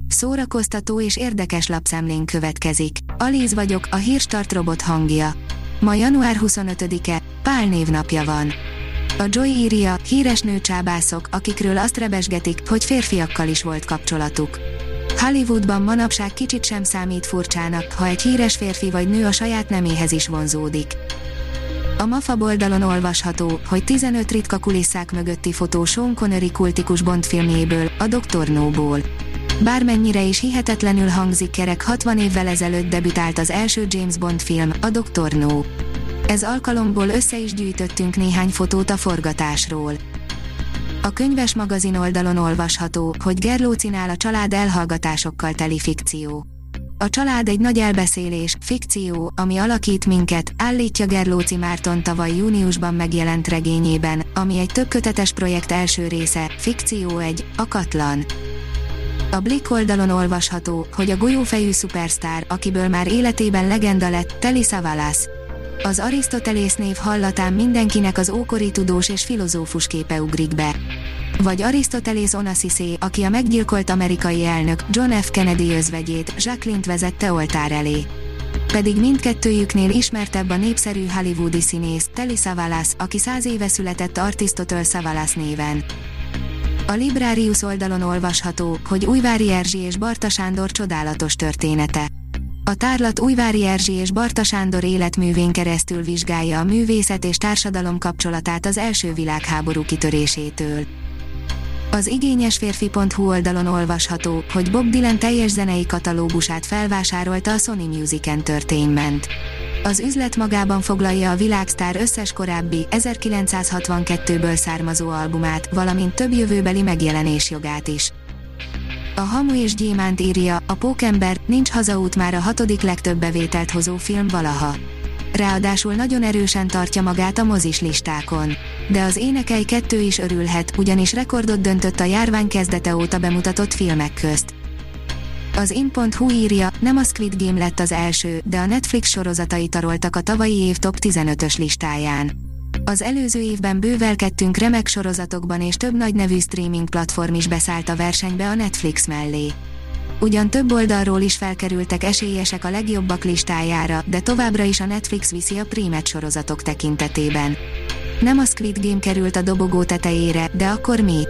Szórakoztató és érdekes lapszemlén következik. Alíz vagyok, a Hírstart robot hangja. Ma január 25-e, Pál névnapja van. A Joy írja, híres nőcsábászok, akikről azt rebesgetik, hogy férfiakkal is volt kapcsolatuk. Hollywoodban manapság kicsit sem számít furcsának, ha egy híres férfi vagy nő a saját neméhez is vonzódik. A MAFA oldalon olvasható, hogy 15 ritka kulisszák mögötti fotó Sean Connery kultikus Bond filmjéből, a Dr. No-ból. Bármennyire is hihetetlenül hangzik, kerek 60 évvel ezelőtt debütált az első James Bond film, a Dr. No. Ez alkalomból össze is gyűjtöttünk néhány fotót a forgatásról. A Könyves magazin oldalon olvasható, hogy Gerlócinál a család elhallgatásokkal teli fikció. A család egy nagy elbeszélés, fikció, ami alakít minket, állítja Gerlóci Márton tavaly júniusban megjelent regényében, ami egy többkötetes projekt első része, Fikció 1, a Katlan. A Blick oldalon olvasható, hogy a golyófejű szupersztár, akiből már életében legenda lett, Telly Savalas. Az Arisztotelész név hallatán mindenkinek az ókori tudós és filozófus képe ugrik be. Vagy Arisztotelész Onassisé, aki a meggyilkolt amerikai elnök, John F. Kennedy özvegyét, Jacqueline-t vezette oltár elé. Pedig mindkettőjüknél ismertebb a népszerű hollywoodi színész, Telly Savalas, aki 100 éve született Arisztotelész Savalas néven. A Librarius oldalon olvasható, hogy Újvári Erzsi és Barta Sándor csodálatos története. A tárlat Újvári Erzsi és Barta Sándor életművén keresztül vizsgálja a művészet és társadalom kapcsolatát az első világháború kitörésétől. Az igényesférfi.hu oldalon olvasható, hogy Bob Dylan teljes zenei katalógusát felvásárolta a Sony Music Entertainment. Az üzlet magában foglalja a világsztár összes korábbi, 1962-ből származó albumát, valamint több jövőbeli megjelenésjogát is. A Hamu és Gyémánt írja, a Pókember, nincs hazaút már a 6. legtöbb bevételt hozó film valaha. Ráadásul nagyon erősen tartja magát a mozis listákon. De az Énekelj 2 is örülhet, ugyanis rekordot döntött a járvány kezdete óta bemutatott filmek közt. Az in.hu írja, nem a Squid Game lett az első, de a Netflix sorozatai taroltak a tavalyi év top 15-ös listáján. Az előző évben bővelkedtünk remek sorozatokban és több nagy nevű streaming platform is beszállt a versenybe a Netflix mellé. Ugyan több oldalról is felkerültek esélyesek a legjobbak listájára, de továbbra is a Netflix viszi a prímet sorozatok tekintetében. Nem a Squid Game került a dobogó tetejére, de akkor mi?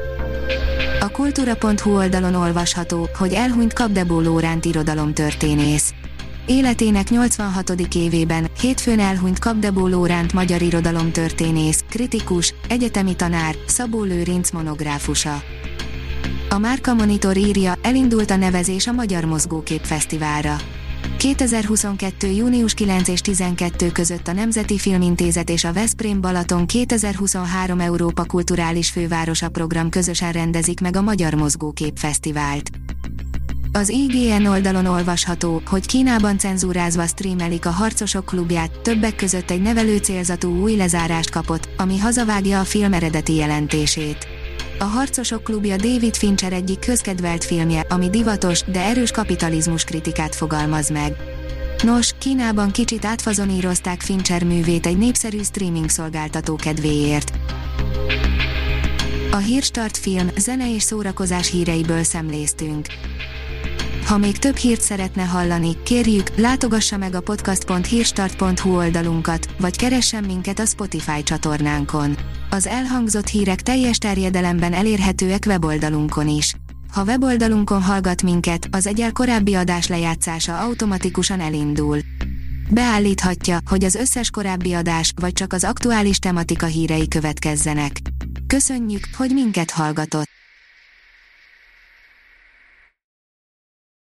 A kultúra.hu oldalon olvasható, hogy elhunyt Capdevaux Lóránt irodalomtörténész. Életének 86. évében, hétfőn elhunyt Capdevaux Lóránt magyar irodalomtörténész, kritikus, egyetemi tanár, Szabó Lőrinc monográfusa. A Márka Monitor írja, elindult a nevezés a Magyar Mozgókép Fesztiválra. 2022. június 9 és 12 között a Nemzeti Filmintézet és a Veszprém Balaton 2023 Európa Kulturális Fővárosa program közösen rendezik meg a Magyar Mozgókép Fesztivált. Az IGN oldalon olvasható, hogy Kínában cenzúrázva streamelik a Harcosok klubját, többek között egy nevelő célzatú új lezárást kapott, ami hazavágja a film eredeti jelentését. A Harcosok klubja David Fincher egyik közkedvelt filmje, ami divatos, de erős kapitalizmus kritikát fogalmaz meg. Nos, Kínában kicsit átfazonírozták Fincher művét egy népszerű streaming szolgáltató kedvéért. A Hírstart film, zene és szórakozás híreiből szemléztünk. Ha még több hírt szeretne hallani, kérjük, látogassa meg a podcast.hírstart.hu oldalunkat, vagy keressen minket a Spotify csatornánkon. Az elhangzott hírek teljes terjedelemben elérhetőek weboldalunkon is. Ha weboldalunkon hallgat minket, az egyel korábbi adás lejátszása automatikusan elindul. Beállíthatja, hogy az összes korábbi adás, vagy csak az aktuális tematika hírei következzenek. Köszönjük, hogy minket hallgatott!